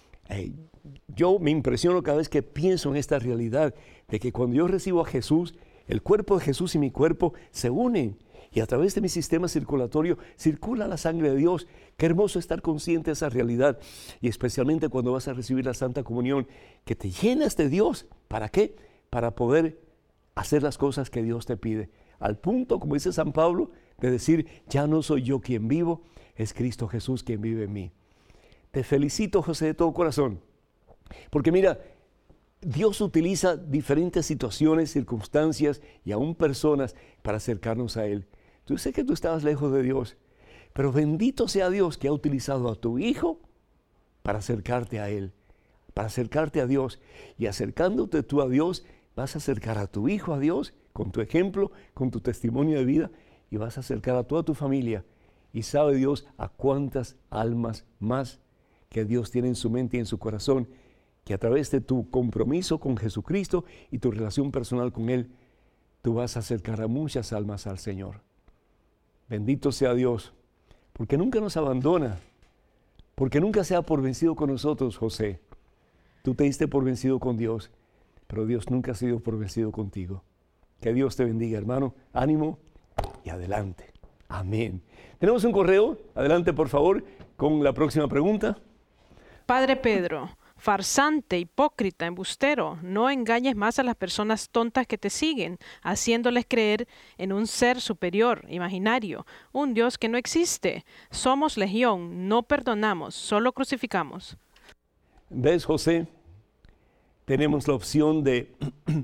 Yo me impresiono cada vez que pienso en esta realidad de que cuando yo recibo a Jesús, el cuerpo de Jesús y mi cuerpo se unen y a través de mi sistema circulatorio circula la sangre de Dios. Qué hermoso estar consciente de esa realidad, y especialmente cuando vas a recibir la Santa Comunión, que te llenas de Dios. ¿Para qué? Para poder hacer las cosas que Dios te pide. Al punto, como dice San Pablo, de decir, ya no soy yo quien vivo, es Cristo Jesús quien vive en mí. Te felicito, José, de todo corazón, porque mira, Dios utiliza diferentes situaciones, circunstancias y aún personas para acercarnos a Él. Yo sé que tú estabas lejos de Dios, pero bendito sea Dios que ha utilizado a tu hijo para acercarte a Él, para acercarte a Dios. Y acercándote tú a Dios, vas a acercar a tu hijo a Dios con tu ejemplo, con tu testimonio de vida, y vas a acercar a toda tu familia. Y sabe Dios a cuántas almas más que Dios tiene en su mente y en su corazón, que a través de tu compromiso con Jesucristo y tu relación personal con Él, tú vas a acercar a muchas almas al Señor. Bendito sea Dios, porque nunca nos abandona, porque nunca se da por vencido con nosotros, José. Tú te diste por vencido con Dios, pero Dios nunca ha sido por vencido contigo. Que Dios te bendiga, hermano. Ánimo y adelante. Amén. Tenemos un correo. Adelante, por favor, con la próxima pregunta. Padre Pedro, farsante, hipócrita, embustero, no engañes más a las personas tontas que te siguen, haciéndoles creer en un ser superior, imaginario, un Dios que no existe. Somos legión, no perdonamos, solo crucificamos. ¿Ves, José? Tenemos la opción de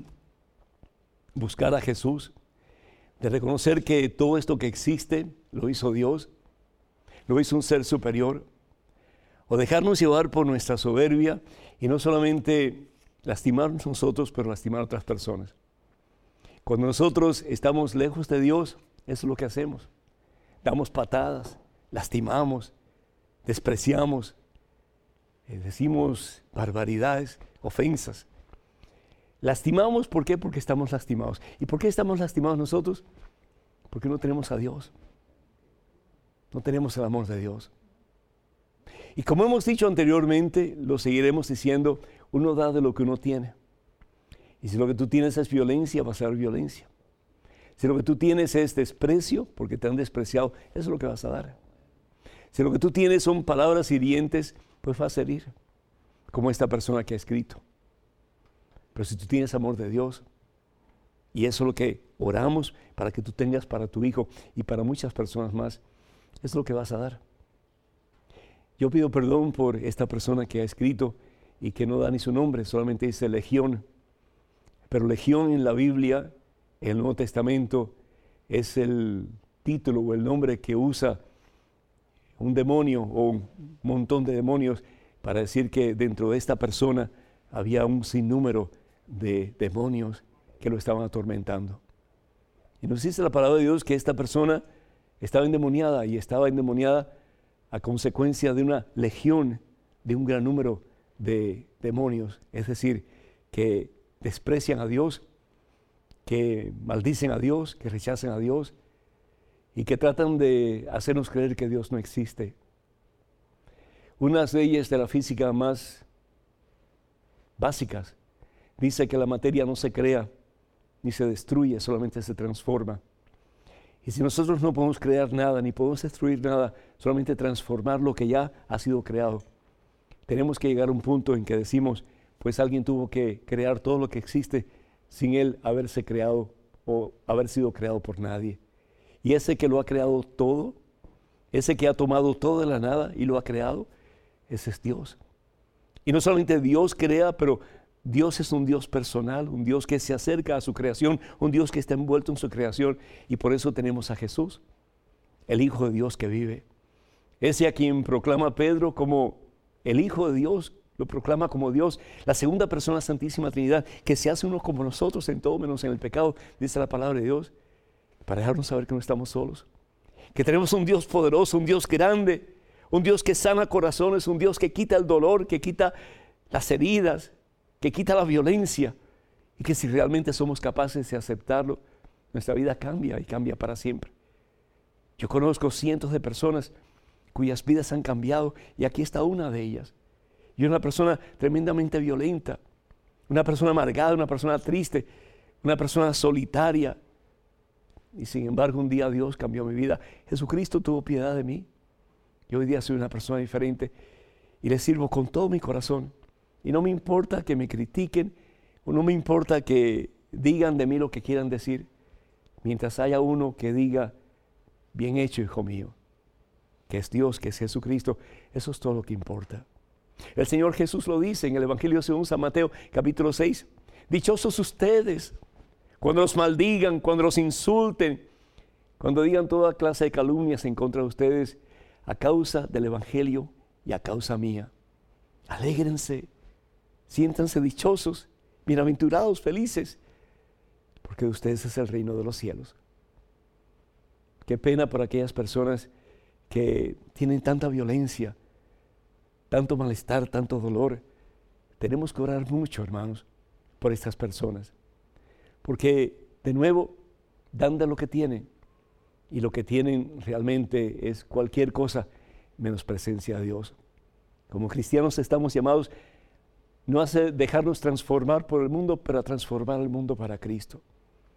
buscar a Jesús, de reconocer que todo esto que existe lo hizo Dios, lo hizo un ser superior, o dejarnos llevar por nuestra soberbia y no solamente lastimarnos nosotros, pero lastimar a otras personas. Cuando nosotros estamos lejos de Dios, eso es lo que hacemos. Damos patadas, lastimamos, despreciamos, decimos barbaridades, ofensas. Lastimamos, ¿por qué? Porque estamos lastimados. ¿Y por qué estamos lastimados nosotros? Porque no tenemos a Dios. No tenemos el amor de Dios. Y como hemos dicho anteriormente, lo seguiremos diciendo, uno da de lo que uno tiene. Y si lo que tú tienes es violencia, va a ser violencia. Si lo que tú tienes es desprecio, porque te han despreciado, eso es lo que vas a dar. Si lo que tú tienes son palabras hirientes, pues vas a herir, como esta persona que ha escrito. Pero si tú tienes amor de Dios, y eso es lo que oramos para que tú tengas para tu hijo y para muchas personas más, eso es lo que vas a dar. Yo pido perdón por esta persona que ha escrito y que no da ni su nombre, solamente dice Legión. Pero Legión en la Biblia, en el Nuevo Testamento, es el título o el nombre que usa un demonio o un montón de demonios para decir que dentro de esta persona había un sinnúmero de demonios que lo estaban atormentando. Y nos dice la palabra de Dios que esta persona estaba endemoniada y estaba endemoniada a consecuencia de una legión, de un gran número de demonios, es decir, que desprecian a Dios, que maldicen a Dios, que rechazan a Dios y que tratan de hacernos creer que Dios no existe. Unas leyes de la física más básicas dice que la materia no se crea ni se destruye, solamente se transforma. Y si nosotros no podemos crear nada, ni podemos destruir nada, solamente transformar lo que ya ha sido creado, tenemos que llegar a un punto en que decimos, pues alguien tuvo que crear todo lo que existe sin él haberse creado o haber sido creado por nadie. Y ese que lo ha creado todo, ese que ha tomado todo de la nada y lo ha creado, ese es Dios. Y no solamente Dios crea, pero Dios es un Dios personal, un Dios que se acerca a su creación, un Dios que está envuelto en su creación, y por eso tenemos a Jesús, el Hijo de Dios que vive. Ese a quien proclama Pedro como el Hijo de Dios, lo proclama como Dios, la segunda persona, Santísima Trinidad, que se hace uno como nosotros en todo menos en el pecado, dice la palabra de Dios, para dejarnos saber que no estamos solos, que tenemos un Dios poderoso, un Dios grande, un Dios que sana corazones, un Dios que quita el dolor, que quita las heridas, que quita la violencia, y que si realmente somos capaces de aceptarlo, nuestra vida cambia y cambia para siempre. Yo conozco cientos de personas cuyas vidas han cambiado, y aquí está una de ellas. Y una persona tremendamente violenta, una persona amargada, una persona triste, una persona solitaria, y sin embargo un día Dios cambió mi vida. Jesucristo tuvo piedad de mí, y hoy día soy una persona diferente, y le sirvo con todo mi corazón. Y no me importa que me critiquen, o no me importa que digan de mí lo que quieran decir, mientras haya uno que diga, bien hecho, hijo mío, que es Dios, que es Jesucristo, eso es todo lo que importa. El Señor Jesús lo dice en el Evangelio según San Mateo, capítulo 6, dichosos ustedes, cuando los maldigan, cuando los insulten, cuando digan toda clase de calumnias en contra de ustedes, a causa del Evangelio y a causa mía. Alégrense. Siéntanse dichosos, bienaventurados, felices, porque de ustedes es el reino de los cielos. Qué pena por aquellas personas que tienen tanta violencia, tanto malestar, tanto dolor. Tenemos que orar mucho, hermanos, por estas personas, porque de nuevo dan de lo que tienen, y lo que tienen realmente es cualquier cosa menos presencia de Dios. Como cristianos estamos llamados no a dejarnos transformar por el mundo, pero a transformar el mundo para Cristo.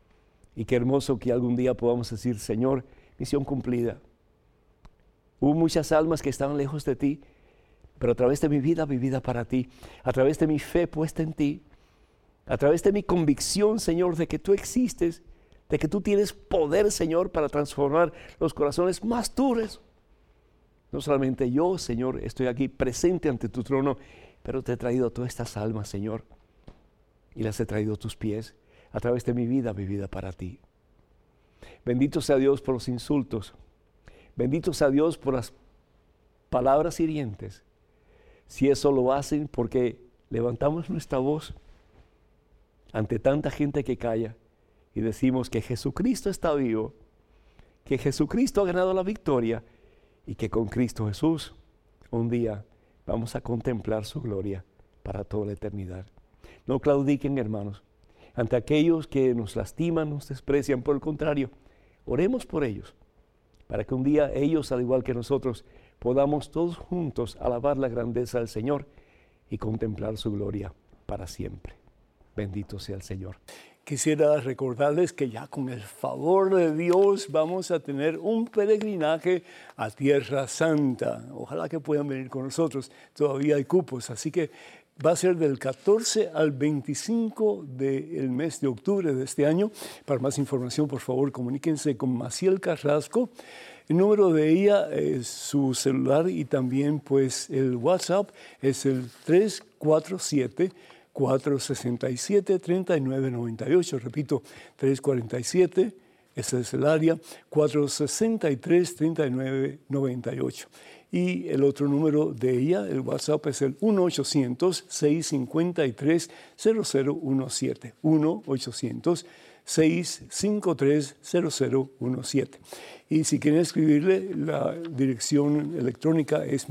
Y qué hermoso que algún día podamos decir, Señor, misión cumplida. Hubo muchas almas que estaban lejos de ti, pero a través de mi vida vivida para ti, a través de mi fe puesta en ti, a través de mi convicción, Señor, de que tú existes, de que tú tienes poder, Señor, para transformar los corazones más duros. No solamente yo, Señor, estoy aquí presente ante tu trono, pero te he traído todas estas almas, Señor, y las he traído a tus pies a través de mi vida vivida para ti. Bendito sea Dios por los insultos. Bendito sea Dios por las palabras hirientes. Si eso lo hacen porque levantamos nuestra voz ante tanta gente que calla y decimos que Jesucristo está vivo, que Jesucristo ha ganado la victoria y que con Cristo Jesús un día vamos a contemplar su gloria para toda la eternidad. No claudiquen, hermanos, ante aquellos que nos lastiman, nos desprecian. Por el contrario, oremos por ellos, para que un día ellos, al igual que nosotros, podamos todos juntos alabar la grandeza del Señor y contemplar su gloria para siempre. Bendito sea el Señor. Quisiera recordarles que ya con el favor de Dios vamos a tener un peregrinaje a Tierra Santa. Ojalá que puedan venir con nosotros. Todavía hay cupos, así que va a ser del 14 al 25 del mes de octubre de este año. Para más información, por favor, comuníquense con Maciel Carrasco. El número de ella es su celular y también pues el WhatsApp es el 347-467-3998. Repito, 347, ese es el área, 463-3998. Y el otro número de ella, el WhatsApp, es el 1-800-653-0017. 1-800-653-0017. Y si quieren escribirle, la dirección electrónica es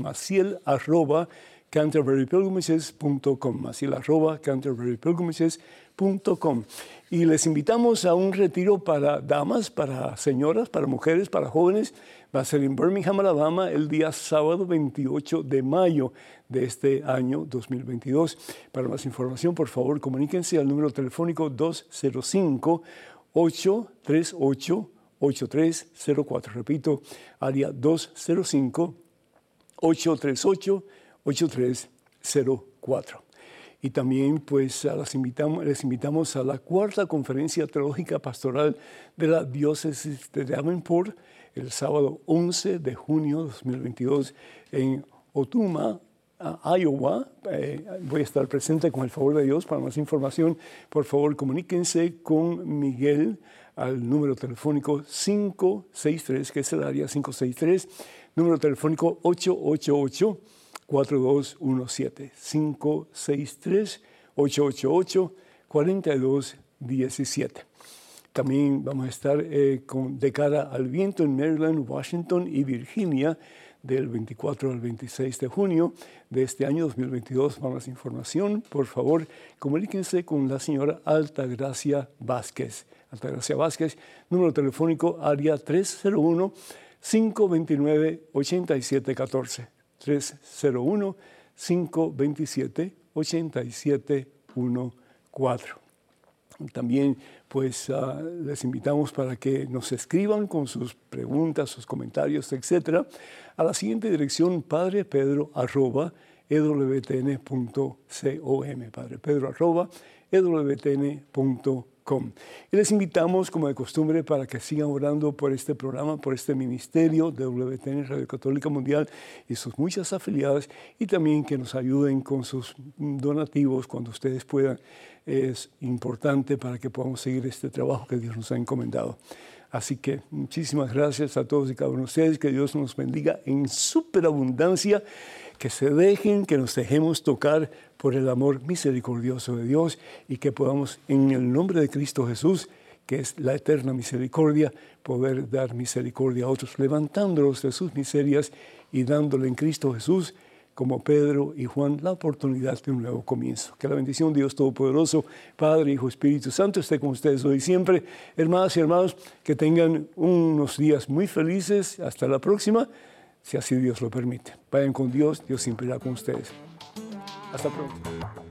maciel@canterburypilgrimages.com, maciel@canterburypilgrimages.com. Y les invitamos a un retiro para damas, para señoras, para mujeres, para jóvenes. Va a ser en Birmingham, Alabama, el día sábado 28 de mayo de este año 2022. Para más información, por favor, comuníquense al número telefónico 205-838-8304. Repito, área 205-838-8304. Y también pues les invitamos a la cuarta conferencia teológica pastoral de la diócesis de Davenport, el sábado 11 de junio de 2022 en Ottumwa, Iowa. Voy a estar presente con el favor de Dios. Para más información, por favor, comuníquense con Miguel al número telefónico 563, que es el área 563, número telefónico 888-4217, 563-888-4217. También vamos a estar de cara al viento en Maryland, Washington y Virginia del 24 al 26 de junio de este año 2022. Para más información, por favor, comuníquense con la señora Altagracia Vázquez. Altagracia Vázquez, número telefónico área 301-529-8714. 301-527-8714. También pues les invitamos para que nos escriban con sus preguntas, sus comentarios, etcétera, a la siguiente dirección: padrepedro@ewtn.com, padrepedro@ewtn.com. Y les invitamos, como de costumbre, para que sigan orando por este programa, por este ministerio de WTN Radio Católica Mundial y sus muchas afiliadas, y también que nos ayuden con sus donativos cuando ustedes puedan. Es importante para que podamos seguir este trabajo que Dios nos ha encomendado. Así que muchísimas gracias a todos y cada uno de ustedes. Que Dios nos bendiga en superabundancia. Que nos dejemos tocar por el amor misericordioso de Dios y que podamos, en el nombre de Cristo Jesús, que es la eterna misericordia, poder dar misericordia a otros, levantándolos de sus miserias y dándole en Cristo Jesús, como Pedro y Juan, la oportunidad de un nuevo comienzo. Que la bendición de Dios Todopoderoso, Padre, Hijo, Espíritu Santo, esté con ustedes hoy y siempre. Hermanas y hermanos, que tengan unos días muy felices. Hasta la próxima, si así Dios lo permite. Vayan con Dios, Dios siempre irá con ustedes. Hasta pronto.